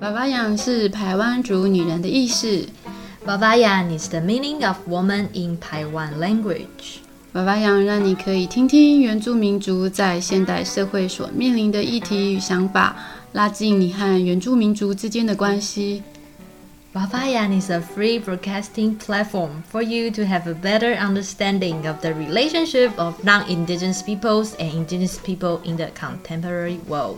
Babayan 是排湾族女人的意思。 Babayan is the meaning of woman in Taiwan language. Babayan 让你可以听听原住民族在现代社会所面临的议题与想法，拉近你和原住民族之间的关系。 Babayan is a free broadcasting platform for you to have a better understanding of the relationship of non-indigenous peoples and indigenous people in the contemporary world.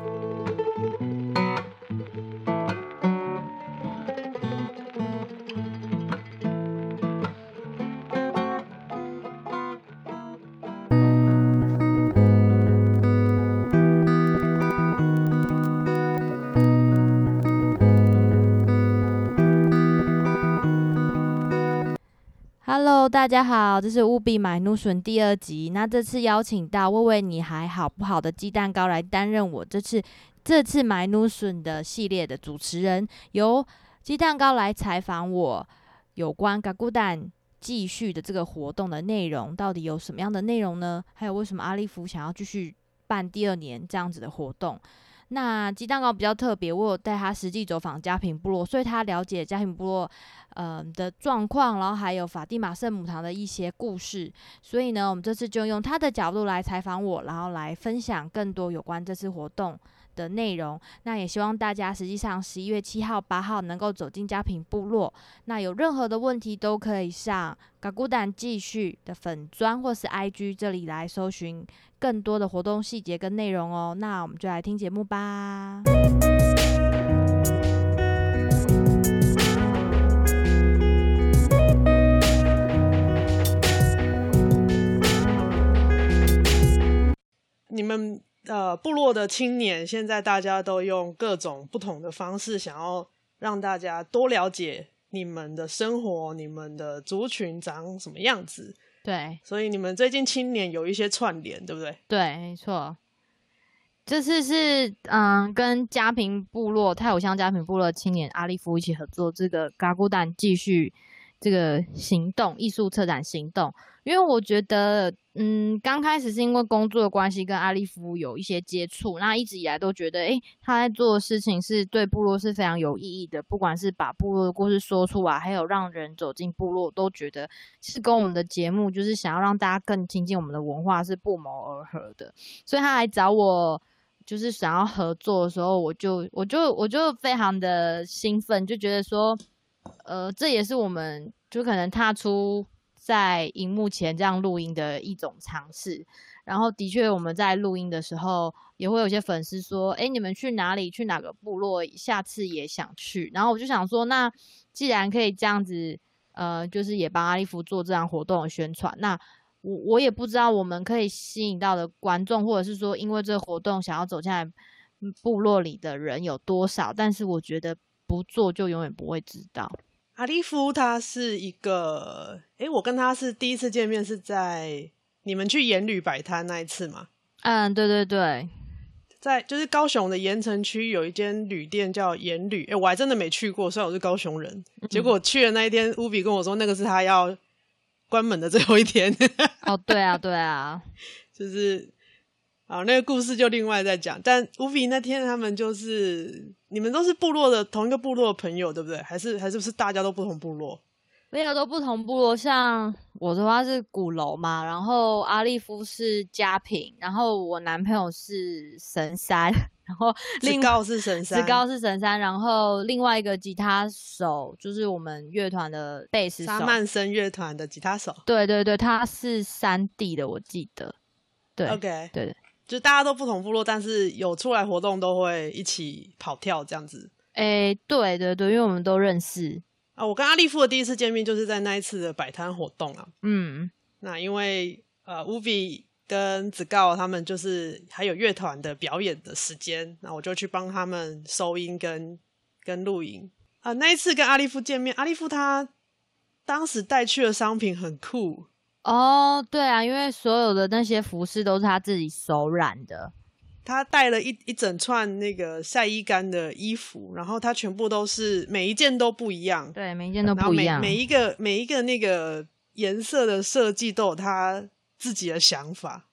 Hello， 大家好，这是乌比买奴笋第2集。那这次邀请到喂喂你还好不好的鸡蛋糕来担任我这次买奴笋的系列的主持人，由鸡蛋糕来采访我有关嘎咕蛋继续的这个活动的内容，到底有什么样的内容呢？还有为什么阿利夫想要继续办第2年这样子的活动？那鸡蛋糕比较特别，我有带他实际走访家平部落，所以他了解家平部落的状况，然后还有法蒂玛圣母堂的一些故事。所以呢，我们这次就用他的角度来采访我，然后来分享更多有关这次活动的内容。那也希望大家实际上11月7号、8号能够走进家平部落。那有任何的问题都可以上嘎咕蛋继续的粉专或是 IG 这里来搜寻更多的活动细节跟内容哦。那我们就来听节目吧。 你们部落的青年现在大家都用各种不同的方式想要让大家多了解你们的生活，你们的族群长什么样子。 对， 所以你们最近青年有一些串联，对不对？ 对，没错。这次是跟家平部落泰武乡家平部落的青年阿利夫一起合作这个嘎咕蛋继续这个行动艺术策展行动。因为我觉得刚开始是因为工作的关系跟阿利夫有一些接触，那一直以来都觉得他在做的事情是对部落是非常有意义的，不管是把部落的故事说出来，还有让人走进部落，都觉得是跟我们的节目就是想要让大家更亲近我们的文化是不谋而合的。所以他来找我就是想要合作的时候，我就非常的兴奋，就觉得说这也是我们就可能踏出在荧幕前这样录音的一种尝试。然后的确我们在录音的时候也会有些粉丝说你们去哪里，去哪个部落，下次也想去。然后我就想说，那既然可以这样子就是也帮阿利夫做这样活动的宣传，那我也不知道我们可以吸引到的观众，或者是说因为这个活动想要走进来部落里的人有多少，但是我觉得不做就永远不会知道。 阿利夫他是一个我跟他是第一次见面是在你们去盐旅摆摊那一次嘛。 对对对， 在就是高雄的盐埕区有一间旅店叫盐旅，我还真的没去过，虽然我是高雄人。结果去的那一天乌比跟我说那个是他要关门的最后一天。 对啊对啊， 就是那个故事就另外再讲。但乌比那天他们就是你们都是部落的同一个部落的朋友对不对？还是不是大家都不同部落？ 没有，都不同部落。像我的话是鼓楼嘛，然后阿利夫是家平，然后我男朋友是神山，然后子高是神山， 然后另外一个吉他手就是我们乐团的贝斯手沙曼森乐团的吉他手。 对对对，他是山地的我记得。对 OK 对， 就大家都不同部落，但是有出来活动都会一起跑跳这样子。 对对对，因为我们都认识。 我跟阿利夫的第一次见面就是在那一次的摆摊活动啊。那因为乌比跟子高他们就是还有乐团的表演的时间，那我就去帮他们收音跟录音。那一次跟阿利夫见面，阿利夫他当时带去的商品很酷。 对啊，因为所有的那些服饰都是他自己手染的。 他带了一整串那个晒衣杆的衣服，然后他全部都是每一件都不一样。 对，每一件都不一样。 每一个那个颜色的设计都有他自己的想法。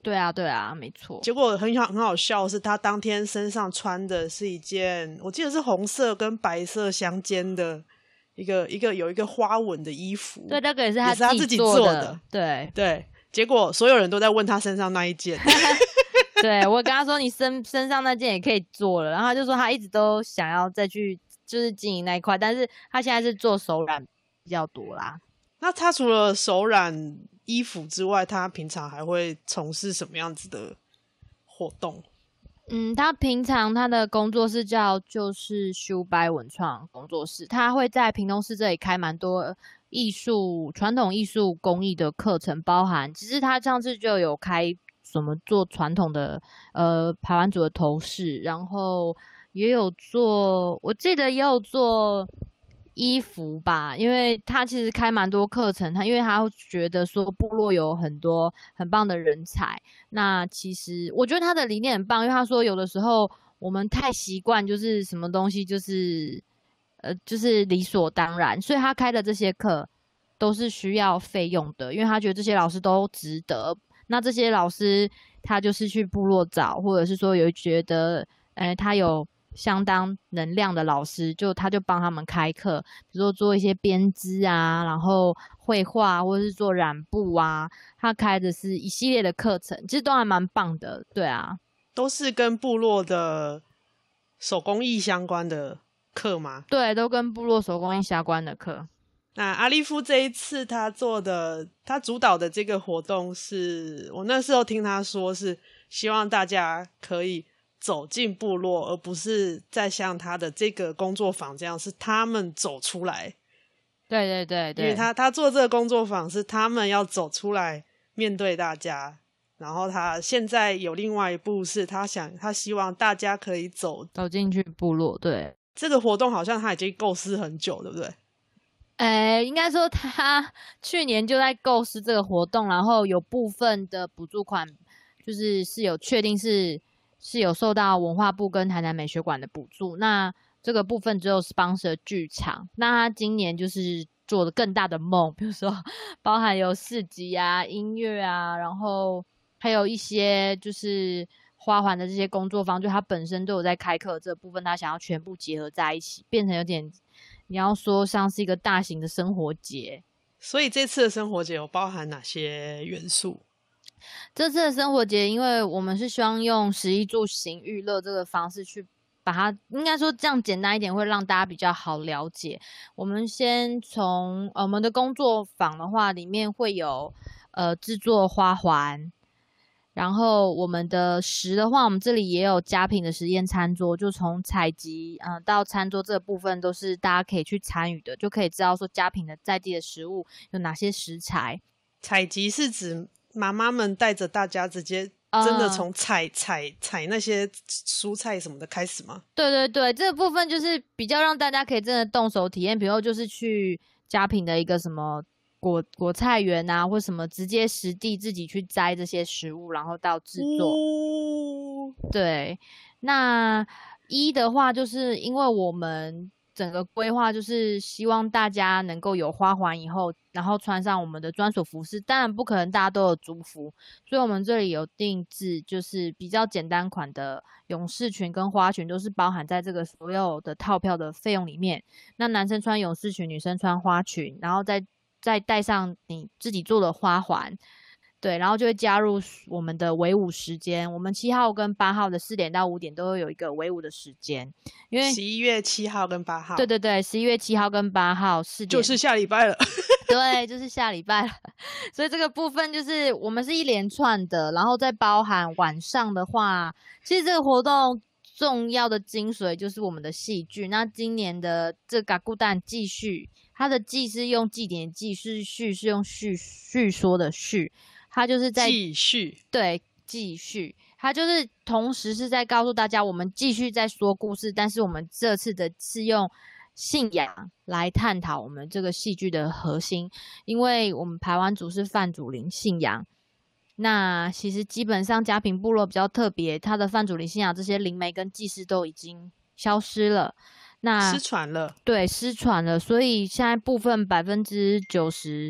对啊对啊，没错。 结果很好笑的是，他当天身上穿的是一件我记得是红色跟白色相间的有一个花纹的衣服。 对，那个也是他自己做的。 对对，结果所有人都在问他身上那一件。 对，我跟他说你身上那件也可以做了，然后他就说他一直都想要再去就是经营那一块，但是他现在是做手染比较多啦。 那他除了手染衣服之外，他平常还会从事什么样子的活动？ 他平常他的工作室就是修白文创工作室，他会在屏东市这里开蛮多传统艺术工艺的课程，包含其实他上次就有开什么做传统的排湾族的头饰，然后也有做，我记得也有做衣服吧，因为他其实开蛮多课程，因为他觉得说部落有很多很棒的人才。那其实我觉得他的理念很棒，因为他说有的时候我们太习惯就是什么东西就是理所当然，所以他开的这些课都是需要费用的，因为他觉得这些老师都值得。那这些老师他就是去部落找，或者是说有觉得他有相当能量的老师，他就帮他们开课，比如说做一些编织啊，然后绘画或者是做染布啊，他开的是一系列的课程，其实都还蛮棒的。对啊， 都是跟部落的手工艺相关的课吗？ 对，都跟部落手工艺相关的课。 那阿利夫这一次他主导的这个活动是，我那时候听他说是希望大家可以走进部落，而不是再像他的这个工作坊这样是他们走出来。 对对对对， 因为他做这个工作坊是他们要走出来面对大家，然后他现在有另外一步是他希望大家可以走进去部落。对， 这个活动好像他已经构思很久，对不对？ 应该说他去年就在构思这个活动，然后有部分的补助款是有确定是有受到文化部跟台南美学馆的补助，那这个部分只有 sponsor 剧场。那他今年就是做了更大的梦，比如说包含有市集啊、音乐啊，然后还有一些就是花环的这些工作坊，就他本身都有在开课这部分，他想要全部结合在一起，变成有点你要说像是一个大型的生活节。 所以这次的生活节有包含哪些元素？ 这次的生活节，因为我们是希望用食衣住行娱乐这个方式去把它，应该说这样简单一点会让大家比较好了解。我们先从我们的工作坊的话，里面会有制作花环，然后我们的食的话，我们这里也有佳品的实验餐桌，就从采集到餐桌这个部分都是大家可以去参与的，就可以知道说佳品的在地的食物有哪些食材。 采集是指妈妈们带着大家直接真的从采那些蔬菜什么的开始吗？ 对对对，这个部分就是比较让大家可以真的动手体验，比如就是去佳品的一个什么果菜园啊，或什么直接实地自己去摘这些食物，然后到制作。对，那的话就是因为我们整个规划就是希望大家能够有花环以后，然后穿上我们的专属服饰，当然不可能大家都有族服，所以我们这里有定制就是比较简单款的勇士裙跟花裙，都是包含在这个所有的套票的费用里面。那男生穿勇士裙，女生穿花裙，然后再带上你自己做的花环，对，然后就会加入我们的围舞时间。我们7号跟8号的4点到5点都会有一个围舞的时间，因为 11月7号跟8号， 对对对，11月7号跟8号4点， 就是下礼拜了。 对，就是下礼拜了。所以这个部分就是我们是一连串的，然后再包含晚上的话，其实这个活动重要的精髓就是我们的戏剧。那今年的这嘎咕蛋继续，它的记是用祭典记，是叙是用叙说的叙，它就是在继续， 对，继续，它就是同时是在告诉大家，我们继续在说故事，但是我们这次的是用信仰来探讨我们这个戏剧的核心，因为我们排湾族是泛祖灵信仰。那其实基本上佳平部落比较特别，它的泛祖灵信仰这些灵媒跟祭司都已经消失了，那失传了， 对，失传了，所以现在部分90%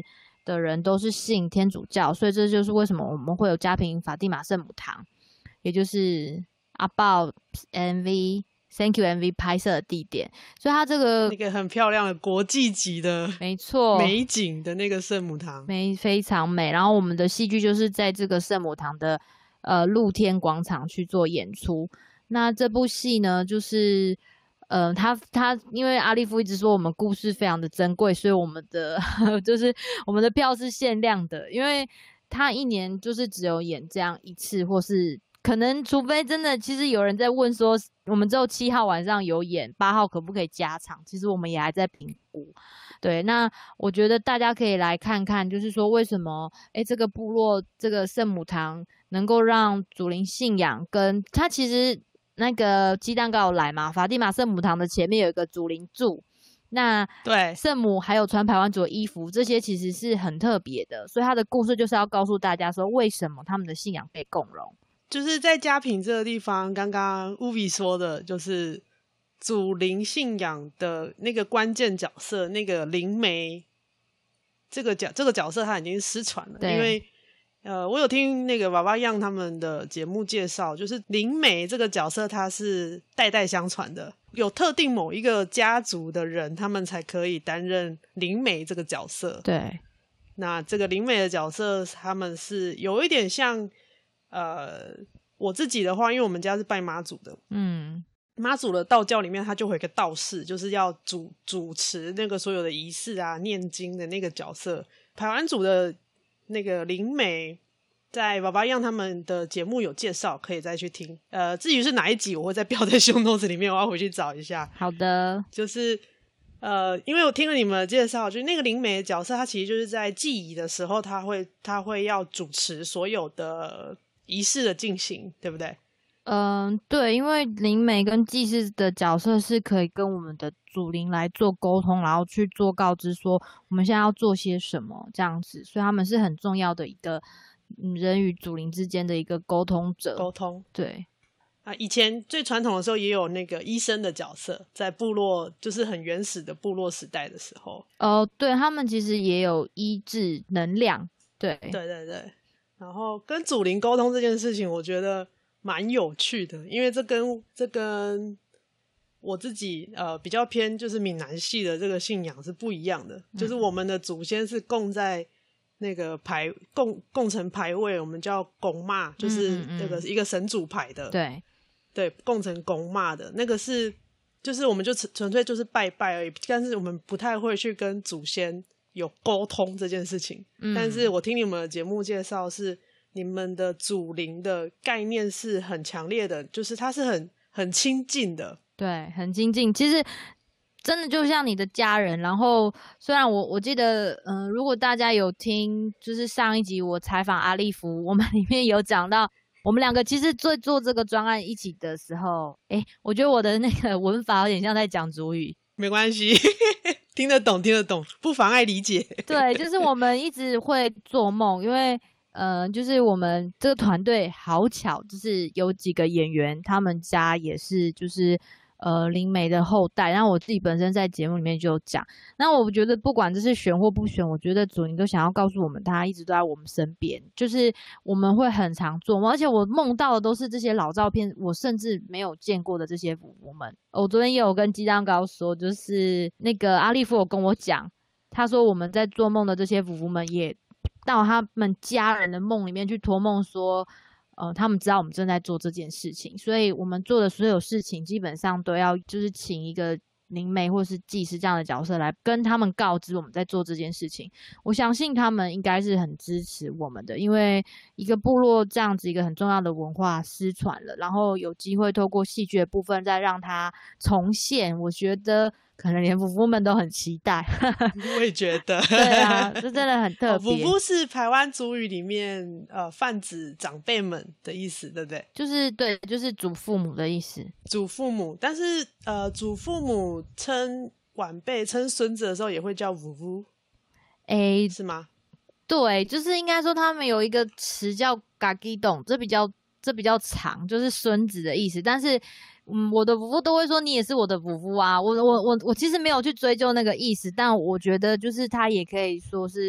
的人都是信天主教，所以这就是为什么我们会有嘉平法蒂玛圣母堂，也就是阿豹 MV。Thank you MV 拍摄的地点，所以它这个那个很漂亮的国际级的没错美景的那个圣母堂， 非常美。然后我们的戏剧就是在这个圣母堂的露天广场去做演出。那这部戏呢，就是他因为阿利夫一直说我们故事非常的珍贵，所以我们的就是我们的票是限量的，因为他一年就是只有演这样一次，或是可能除非真的，其实有人在问说，我们只有7号晚上有演，8号可不可以加场？其实我们也还在评估。对，那我觉得大家可以来看看，就是说为什么这个部落这个圣母堂能够让祖灵信仰跟它其实那个鸡蛋糕有来嘛，法蒂玛圣母堂的前面有一个祖灵柱。那对圣母还有穿排湾族的衣服，这些其实是很特别的，所以他的故事就是要告诉大家说，为什么他们的信仰被共融。 就是在嘉平这个地方，刚刚乌比说的，就是祖灵信仰的那个关键角色，那个灵媒，这个角色他已经失传了，因为我有听那个娃娃样他们的节目介绍，就是灵媒这个角色他是代代相传的，有特定某一个家族的人，他们才可以担任灵媒这个角色。 对， 那这个灵媒的角色，他们是有一点像。我自己的话，因为我们家是拜妈祖的，妈祖的道教里面，他就会有一个道士，就是要主持那个所有的仪式啊、念经的那个角色。排湾族的那个灵媒，在娃娃样他们的节目有介绍，可以再去听。至于是哪一集，我会再标在show notes里面，我要回去找一下。 好的， 就是因为我听了你们的介绍，就是那个灵媒的角色，他其实就是在祭仪的时候，他会要主持所有的仪式的进行，对不对？ 对，因为灵媒跟祭司的角色是可以跟我们的祖灵来做沟通，然后去做告知说我们现在要做些什么这样子，所以他们是很重要的一个人与祖灵之间的一个沟通者。 沟通， 对。 以前最传统的时候也有那个医生的角色，在部落就是很原始的部落时代的时候。 对，他们其实也有医治能量。对。 然后跟祖灵沟通这件事情，我觉得蛮有趣的，因为这跟我自己比较偏就是闽南系的这个信仰是不一样的。就是我们的祖先是供在那个供成牌位，我们叫公妈，就是那个一个神主牌的。对，供成公妈的那个是，就是我们就纯粹就是拜拜而已，但是我们不太会去跟祖先有沟通这件事情。但是我听你们的节目介绍，是你们的祖灵的概念是很强烈的，就是它是很亲近的。 对，很亲近，其实真的就像你的家人。然后虽然我记得如果大家有听就是上一集我采访阿利夫，我们里面有讲到我们两个其实做这个专案一起的时候，我觉得我的那个文法有点像在讲族语。 没关系听得懂不妨碍理解。 对，就是我们一直会做梦，因为就是我们这个团队好巧，就是有几个演员他们家也是就是灵媒的后代，然后我自己本身在节目里面就有讲。那我觉得不管这是选或不选，我觉得祖灵都想要告诉我们，他一直都在我们身边，就是我们会很常做梦，而且我梦到的都是这些老照片，我甚至没有见过的这些夫妇们。我昨天也有跟鸡蛋糕说，就是那个阿利夫有跟我讲，他说我们在做梦的这些夫妇们也到他们家人的梦里面去托梦说他们知道我们正在做这件事情，所以我们做的所有事情基本上都要就是请一个灵媒或是祭司这样的角色来跟他们告知我们在做这件事情。我相信他们应该是很支持我们的，因为一个部落这样子一个很重要的文化失传了，然后有机会透过戏剧的部分再让它重现，我觉得可能连夫妇们都很期待我也觉得对啊，这真的很特别。 夫妇是排湾族语里面泛指长辈们的意思，对不对？ 就是祖父母的意思。 祖父母，但是祖父母称晚辈称孙子的时候也会叫夫妇，是吗？ 对，就是应该说他们有一个词叫嘎基董，这比较长，就是孙子的意思。但是我的夫妇都会说你也是我的夫妇啊，我其实没有去追究那个意思，但我觉得就是他也可以说是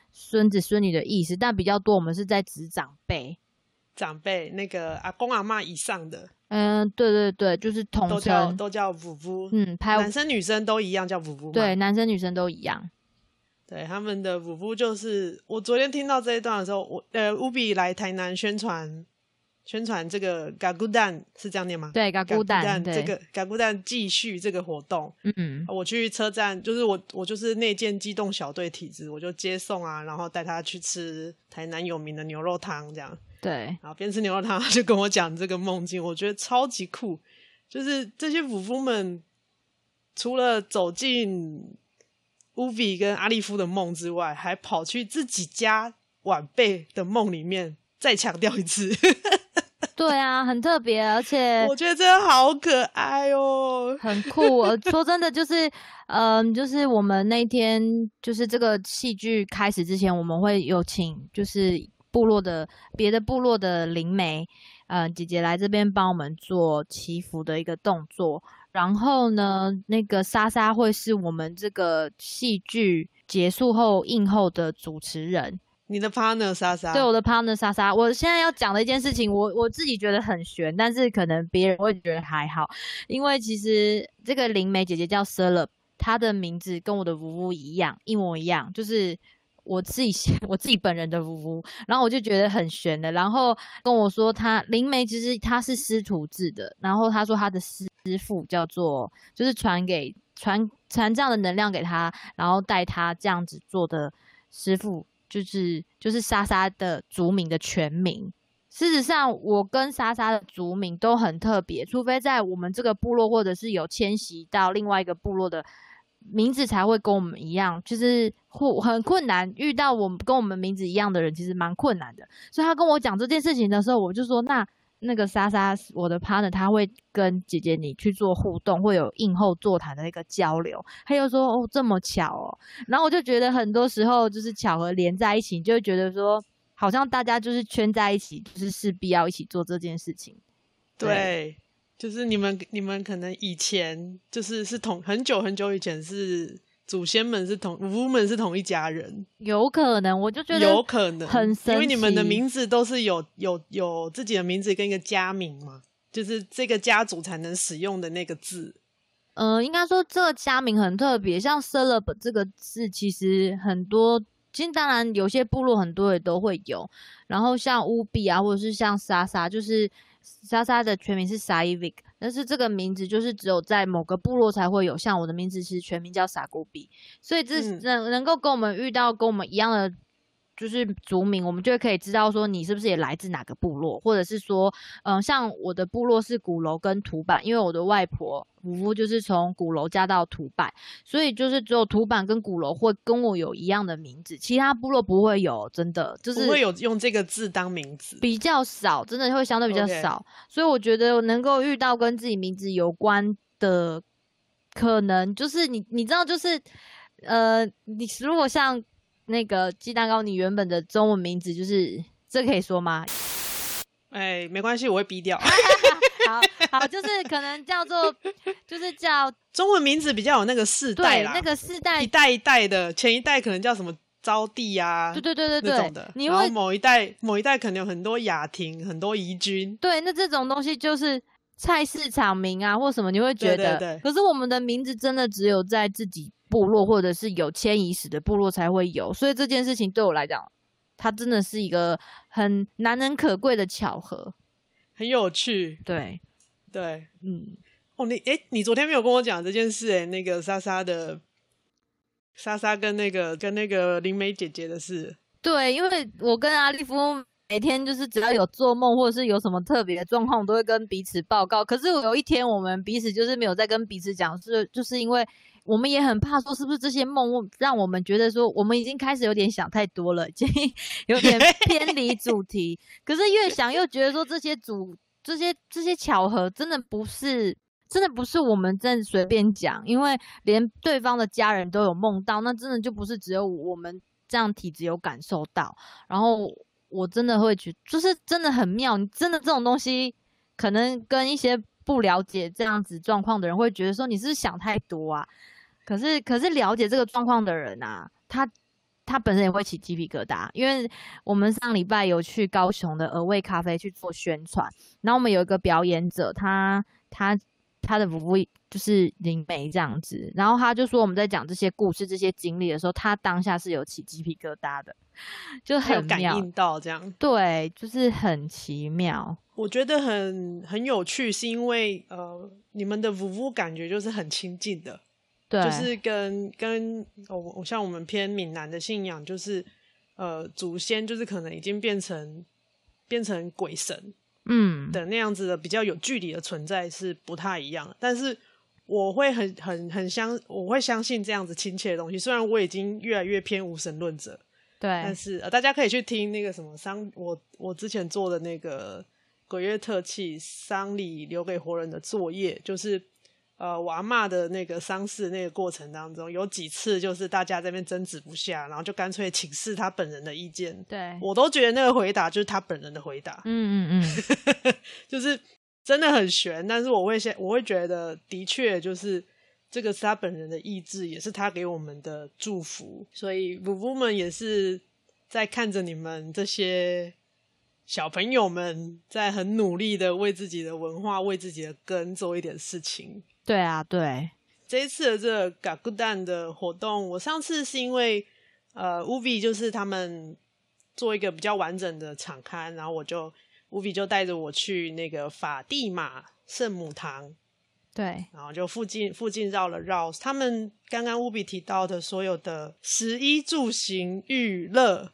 孙子孙女的意思，但比较多我们是在指长辈那个阿公阿嬷以上的。 对对对，就是统称都叫夫妇。男生女生都一样叫夫妇。 对，男生女生都一样。 对，他们的夫妇就是我昨天听到这一段的时候，乌比来台南宣传这个嘎咕蛋是这样念吗？ 对，嘎咕蛋这个嘎咕蛋继续这个活动。我去车站，就是我就是内建机动小队体质，我就接送啊，然后带他去吃台南有名的牛肉汤这样。 对， 然后边吃牛肉汤他就跟我讲这个梦境，我觉得超级酷。就是这些夫妇们除了走进乌比跟阿利夫的梦之外，还跑去自己家晚辈的梦里面再强调一次。 对啊，很特别，而且我觉得真的好可爱哦， 很酷。说真的，就是就是我们那天就是这个戏剧开始之前，我们会有请就是别的部落的灵媒姐姐来这边帮我们做祈福的一个动作。然后呢，那个莎莎会是我们这个戏剧结束后映后的主持人。 你的 partner 莎莎？ 对，我的 partner 莎莎。我现在要讲的一件事情，我自己觉得很悬，但是可能别人会觉得还好，因为其实这个灵媒姐姐叫 Serap， 她的名字跟我的夫妇一样，一模一样，就是我自己本人的夫妇。然后我就觉得很悬的，然后跟我说她灵媒其实她是师徒制的，然后她说她的师父叫做就是传这样的能量给她，然后带她这样子做的师父就是莎莎的族名的全名。事实上我跟莎莎的族名都很特别，除非在我们这个部落或者是有迁徙到另外一个部落的名字才会跟我们一样，就是很困难，遇到跟我们名字一样的人其实蛮困难的。所以他跟我讲这件事情的时候，我就说那个莎莎我的 partner 他会跟姐姐你去做互动，会有映后座谈的一个交流。他又说这么巧哦，然后我就觉得很多时候就是巧合连在一起，你就会觉得说好像大家就是圈在一起，就是势必要一起做这件事情。 对，就是你们可能以前就是很久很久以前是祖先们是夫妇们是同一家人， 有可能，我就觉得有可能很神奇， 因为你们的名字都是有自己的名字跟一个家名嘛，就是这个家族才能使用的那个字。 应该说这个家名很特别，像 Serap 这个字其实很多，其实当然有些部落很多也都会有，然后像乌比啊，或者是像莎莎，就是莎莎的全名是 Saivik， 但是这个名字就是只有在某个部落才会有，像我的名字是全名叫傻古比，所以这能够跟我们遇到跟我们一样的就是族名，我们就可以知道说你是不是也来自哪个部落，或者是说像我的部落是古楼跟土坂，因为我的外婆夫妇就是从古楼嫁到土坂，所以就是只有土坂跟古楼会跟我有一样的名字，其他部落不会有，真的就是不会有用这个字当名字， 比较少，真的会相对比较少。所以我觉得能够遇到跟自己名字有关的，可能就是你知道，就是你如果像那个鸡蛋糕，你原本的中文名字就是这可以说吗？ 没关系，我会逼掉。 好，就是可能叫做，就是叫中文名字比较有那个世代啦， 对，那个世代一代一代的，前一代可能叫什么招娣啊， 对那种的， 然后某一代可能有很多雅婷，很多怡君， 对，那这种东西就是菜市场名啊或什么，你会觉得， 对， 可是我们的名字真的只有在自己部落或者是有迁移史的部落才会有，所以这件事情对我来讲，它真的是一个很难能可贵的巧合， 很有趣， 对， 你昨天没有跟我讲这件事那个莎莎跟那个灵媒姐姐的事。 对，因为我跟阿利夫每天就是只要有做梦或者是有什么特别的状况，都会跟彼此报告。可是有一天我们彼此就是没有再跟彼此讲，就是因为我们也很怕说是不是这些梦让我们觉得说我们已经开始有点想太多了，已经有点偏离主题。可是越想又觉得说这些巧合真的不是我们真随便讲，因为连对方的家人都有梦到，那真的就不是只有我们这样体质有感受到。然后我真的会觉得就是真的很妙，你真的这种东西可能跟一些不了解这样子状况的人会觉得说你是不是想太多啊，可是了解这个状况的人啊，他他本身也会起鸡皮疙瘩，因为我们上礼拜有去高雄的鹅味咖啡去做宣传，然后我们有一个表演者，他的服务就是灵媒这样子，然后他就说我们在讲这些故事、这些经历的时候，他当下是有起鸡皮疙瘩的，就很妙， 有感应到这样。 对，就是很奇妙。 我觉得很有趣，是因为你们的服务感觉就是很亲近的， 对， 就是跟像我们偏闽南的信仰，就是祖先就是可能已经变成鬼神。的那样子的比较有距离的存在是不太一样的，但是我会我会相信这样子亲切的东西。虽然我已经越来越偏无神论者， 对， 但是大家可以去听那个什么我之前做的那个鬼月特辑丧礼留给活人的作业，就是我阿嬷的那个丧事那个过程当中，有几次就是大家在那边争执不下，然后就干脆请示他本人的意见。对，我都觉得那个回答就是他本人的回答。就是真的很悬，但是我会觉得的确就是这个是他本人的意志，也是他给我们的祝福。所以夫妇们也是在看着你们这些小朋友们在很努力的为自己的文化、为自己的根做一点事情。 对啊，对。 这一次的这个嘎咕蛋的活动，我上次是因为UVI 就是他们做一个比较完整的场刊，然后UVI 就带着我去那个法蒂玛圣母堂，对，然后就附近绕了绕。他们刚刚UVI 提到的所有的食衣住行娱乐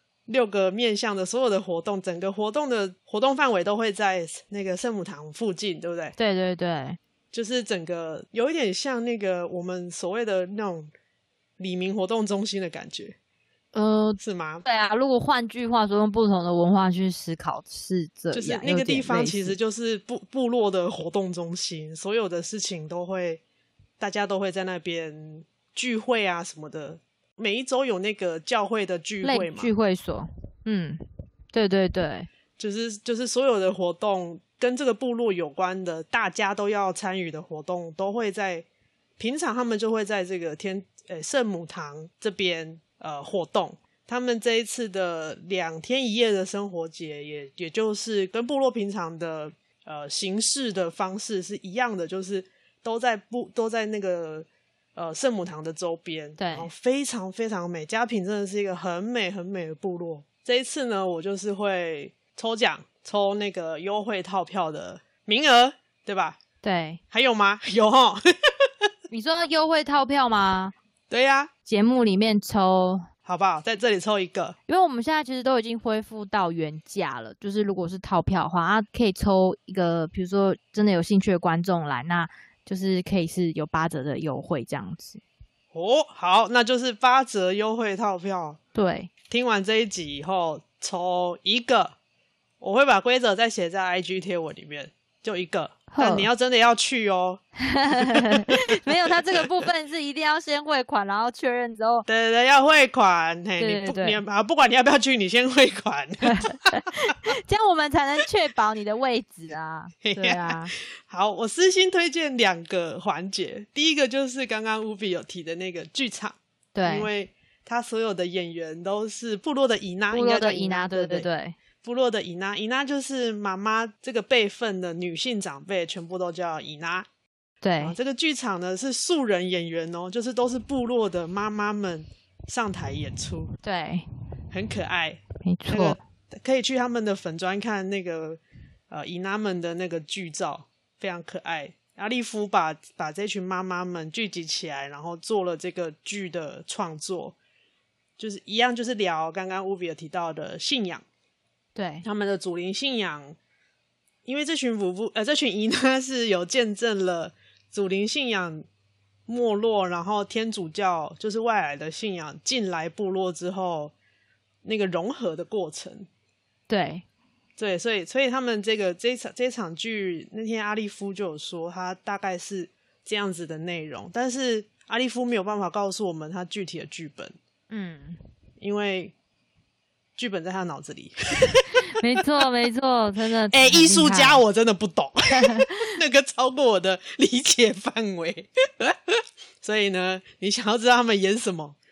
6个面向的所有的活动，整个活动的活动范围都会在那个圣母堂附近，对不对？对对对，就是整个有一点像那个我们所谓的那种里民活动中心的感觉。是吗？对啊，如果换句话说，用不同的文化去思考是这样，就是那个地方其实就是部落的活动中心，所有的事情大家都会在那边聚会啊什么的。每一周有那个教会的聚会嘛，聚会所。对对对，就是所有的活动跟这个部落有关的，大家都要参与的活动，都会在平常他们就会在这个圣母堂这边活动。他们这一次的2天1夜的生活节也就是跟部落平常的形式的方式是一样的，就是都在那个圣母堂的周边，对，然后非常非常美。佳品真的是一个很美很美的部落。这一次呢，我就是会抽奖，抽那个优惠套票的名额，对吧？对，还有吗？有齁。你说优惠套票吗？对呀，节目里面抽好不好？在这里抽一个，因为我们现在其实都已经恢复到原价了，就是如果是套票的话，可以抽一个，比如说真的有兴趣的观众来，那就是可以是有8折的优惠这样子。好，那就是8折优惠套票。对，听完这一集以后抽一个，我会把规则再写在 IG 贴文里面，就一个。但你要真的要去哦。没有，他这个部分是一定要先汇款，然后确认之后，对对对，要汇款。对对对，你不管你要不要去，你先汇款。这样我们才能确保你的位置啊。对啊。好，我私心推荐2个环节。第一个就是刚刚UVI有提的那个剧场，对，因为他所有的演员都是部落的姨妈，部落的姨妈，对对对。部落的姨妈，姨妈就是妈妈这个辈分的女性长辈，全部都叫姨妈。对，这个剧场呢是素人演员哦，就是都是部落的妈妈们上台演出。对，很可爱，没错。可以去他们的粉专看那个姨妈们的那个剧照，非常可爱。阿利夫把这群妈妈们聚集起来，然后做了这个剧的创作，就是一样，就是聊刚刚UVI有提到的信仰。对，他们的祖灵信仰，因为这群姨妈是有见证了祖灵信仰没落，然后天主教就是外来的信仰进来部落之后那个融合的过程。对对，所以他们这场剧那天阿利夫就有说他大概是这样子的内容，但是阿利夫没有办法告诉我们他具体的剧本。因为剧本在他脑子里。没错没错，真的。艺术家我真的不懂。那个超过我的理解范围。所以呢，你想要知道他们演什么，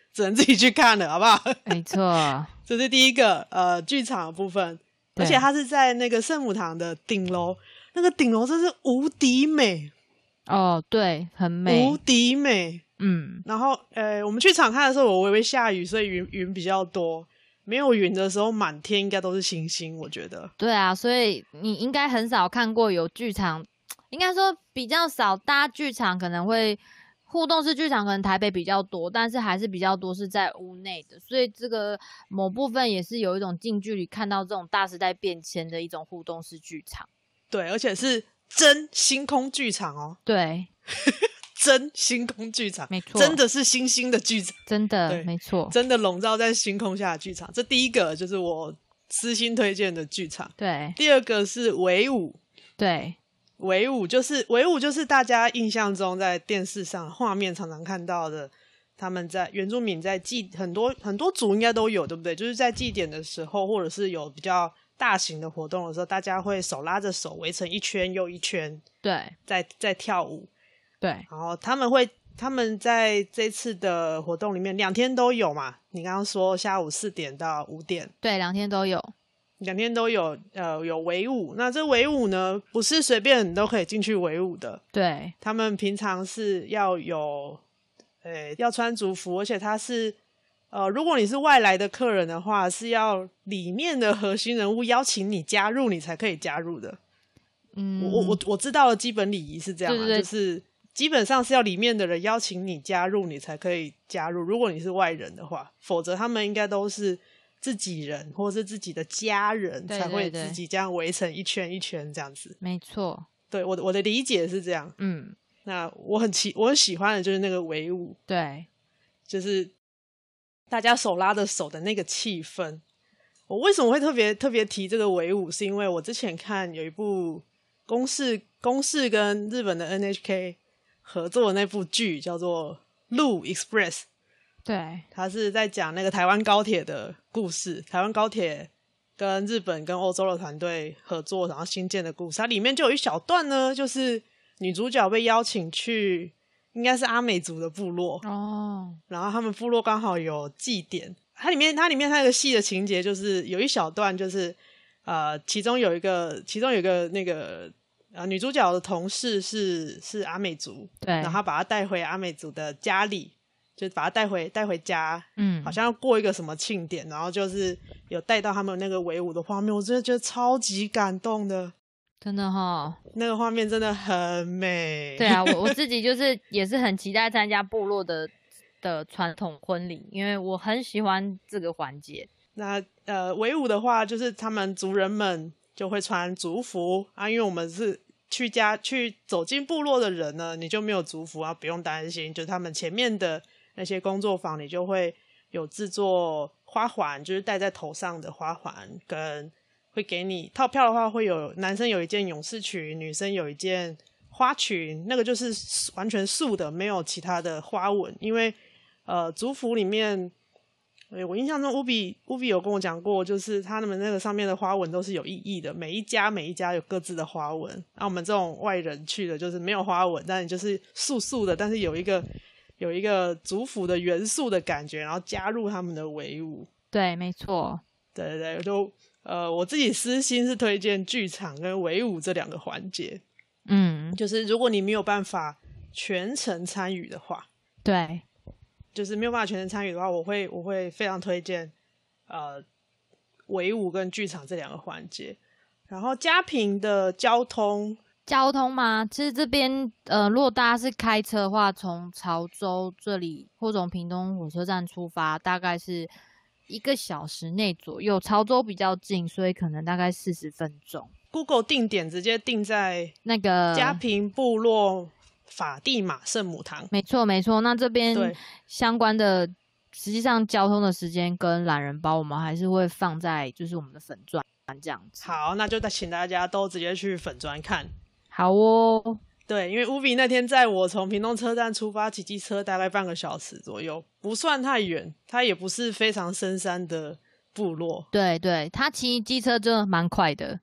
只能自己去看了，好不好？ 没错， 这是第一个剧场的部分，而且它是在那个圣母堂的顶楼，那个顶楼真是无敌美哦，对，很美， 无敌美。然后我们去场看的时候，我以为下雨，所以云比较多。没有云的时候，满天应该都是星星，我觉得。 对啊，所以你应该很少看过有剧场，应该说比较少搭剧场，可能会互动式剧场，可能台北比较多，但是还是比较多是在屋内的，所以这个某部分也是有一种近距离看到这种大时代变迁的一种互动式剧场。 对，而且是真星空剧场哦。 对。 真星空剧场， 没错， 真的是星星的剧场， 真的没错， 真的笼罩在星空下的剧场。这第一个就是我私心推荐的剧场。 对， 第二个是维舞。 对， 维舞就是大家印象中在电视上画面常常看到的，他们在原住民在很多族应该都有，对不对？就是在祭典的时候，或者是有比较大型的活动的时候，大家会手拉着手围成一圈又一圈， 对， 在跳舞。 对， 然后他们在这次的活动里面2天都有嘛？你刚刚说下午4点到5点， 对，2天都有 ，2天都有，有围舞。那这围舞呢，不是随便人都可以进去围舞的。 对， 他们平常是要要穿族服，而且他是如果你是外来的客人的话，是要里面的核心人物邀请你加入，你才可以加入的。我知道的基本礼仪是这样嘛，就是基本上是要里面的人邀请你加入，你才可以加入。如果你是外人的话，否则他们应该都是自己人或是自己的家人才会自己这样围成一圈一圈这样子。 没错， 对，我的理解是这样。那我很喜欢的就是那个围舞，对，就是大家手拉着手的那个气氛。我为什么会特别提这个围舞，是因为我之前看有一部公视跟日本的 NHK 合作的那部剧叫做《路 Express》，对，它是在讲那个台湾高铁的故事，台湾高铁跟日本跟欧洲的团队合作然后新建的故事。它里面就有一小段呢，就是女主角被邀请去应该是阿美族的部落哦，然后他们部落刚好有祭典。它里面那个戏的情节就是有一小段就是其中有一个那个女主角的同事是阿美族，对，然后她把她带回阿美族的家里，就把她带回家，好像要过一个什么庆典，然后就是有带到他们那个围舞的画面，我真的觉得超级感动的，真的齁，那个画面真的很美。 对啊，我自己就是也是很期待参加部落的传统婚礼，因为我很喜欢这个环节。 那围舞的话，就是他们族人们就会穿族服啊，因为我们是去走进部落的人呢，你就没有族服啊，不用担心，就是他们前面的那些工作坊，你就会有制作花环，就是戴在头上的花环，跟会给你套票的话，会有男生有一件勇士裙，女生有一件花裙，那个就是完全素的，没有其他的花纹，因为族服里面，我印象中乌比有跟我讲过，就是他们那个上面的花纹都是有意义的，每一家有各自的花纹。我们这种外人去的就是没有花纹，但你就是素的，但是有一个族服的元素的感觉，然后加入他们的围舞。 对，没错。 对，就我自己私心是推荐剧场跟围舞这2个环节。就是如果你没有办法全程参与的话，对。就是没有办法全程参与的话，我会非常推荐围舞跟剧场这2个环节。然后嘉平的交通吗？其实这边如果大家是开车的话，从潮州这里或从屏东火车站出发，大概是1个小时内左右。潮州比较近，所以可能大概40分钟。 Google 定点直接定在那个嘉平部落法蒂玛圣母堂。没错。 那这边相关的实际上交通的时间跟懒人包，我们还是会放在就是我们的粉专这样子。 好，那就请大家都直接去粉专看。 好哦。 对，因为乌比那天载我从屏东车站出发，骑机车大概半个小时左右，不算太远，它也不是非常深山的部落。 对，他骑机车真的蛮快的。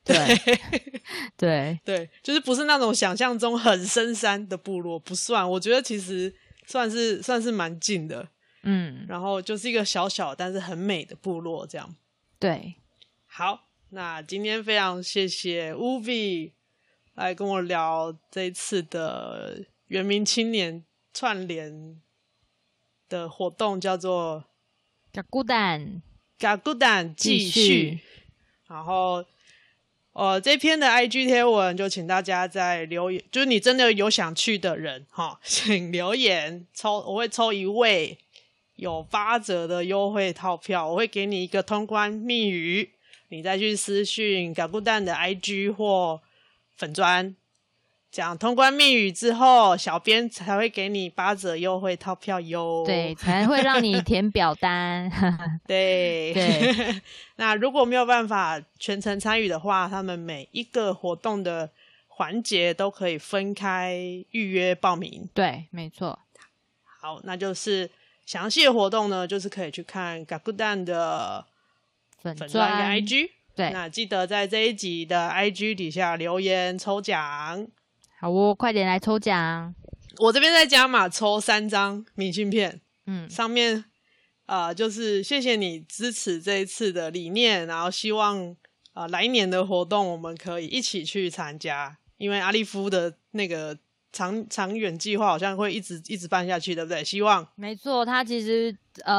对， 就是不是那种想象中很深山的部落，不算。我觉得其实算是蛮近的。 然后就是一个小小但是很美的部落这样。 对， 好，那今天非常谢谢 Ubi 来跟我聊这一次的原民青年串联的活动，叫做嘎咕蛋继续。然后这篇的 IG 贴文就请大家在留言，就是你真的有想去的人请留言我会抽一位有8折的优惠套票，我会给你一个通关密语，你再去私讯嘎咕蛋的 IG 或粉专讲通关密语之后，小编才会给你8折优惠套票哟。 对，才会让你填表单。 对对。 那如果没有办法全程参与的话，他们每一个活动的环节都可以分开预约报名。 对，没错。 好，那就是详细的活动呢，就是可以去看嘎咕蛋的粉专跟 IG。 对， 那记得在这一集的 IG 底下留言抽奖。 好哦，快点来抽奖！ 我这边在加码抽3张明信片，上面就是谢谢你支持这一次的理念，然后希望来年的活动我们可以一起去参加，因为阿利夫的那个长远计划好像会一直办下去，对不对？希望没错，他其实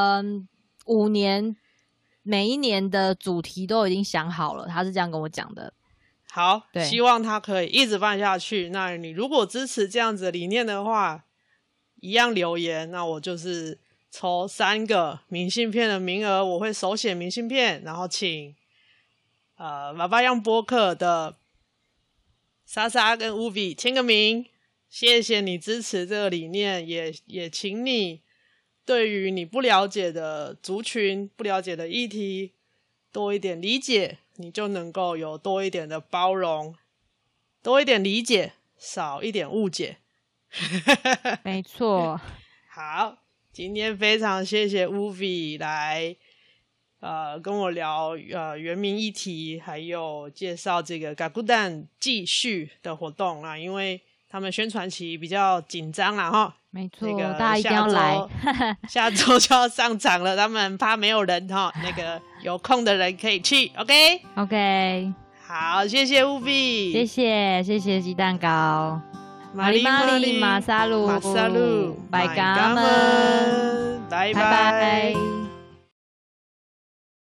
5年每一年的主题都已经想好了，他是这样跟我讲的。 好，希望他可以一直办下去。那你如果支持这样子的理念的话，一样留言，那我就是抽3个明信片的名额，我会手写明信片，然后请爸爸样播客的莎莎跟 Ubi 签个名，谢谢你支持这个理念，也请你对于你不了解的族群、不了解的议题多一点理解，你就能够有多一点的包容，多一点理解，少一点误解。 没错。 好，今天非常谢谢 Ubi 来跟我聊原民议题，还有介绍这个嘎咕蛋继续的活动啊，因为他们宣传期比较紧张啦齁。 没错，大家一定要来。 下周就要上场了，他们怕没有人齁，那个有空的人可以去 OK。 好，谢谢 Ubi， 谢谢鸡蛋糕， 玛丽马萨鲁， 拜拜。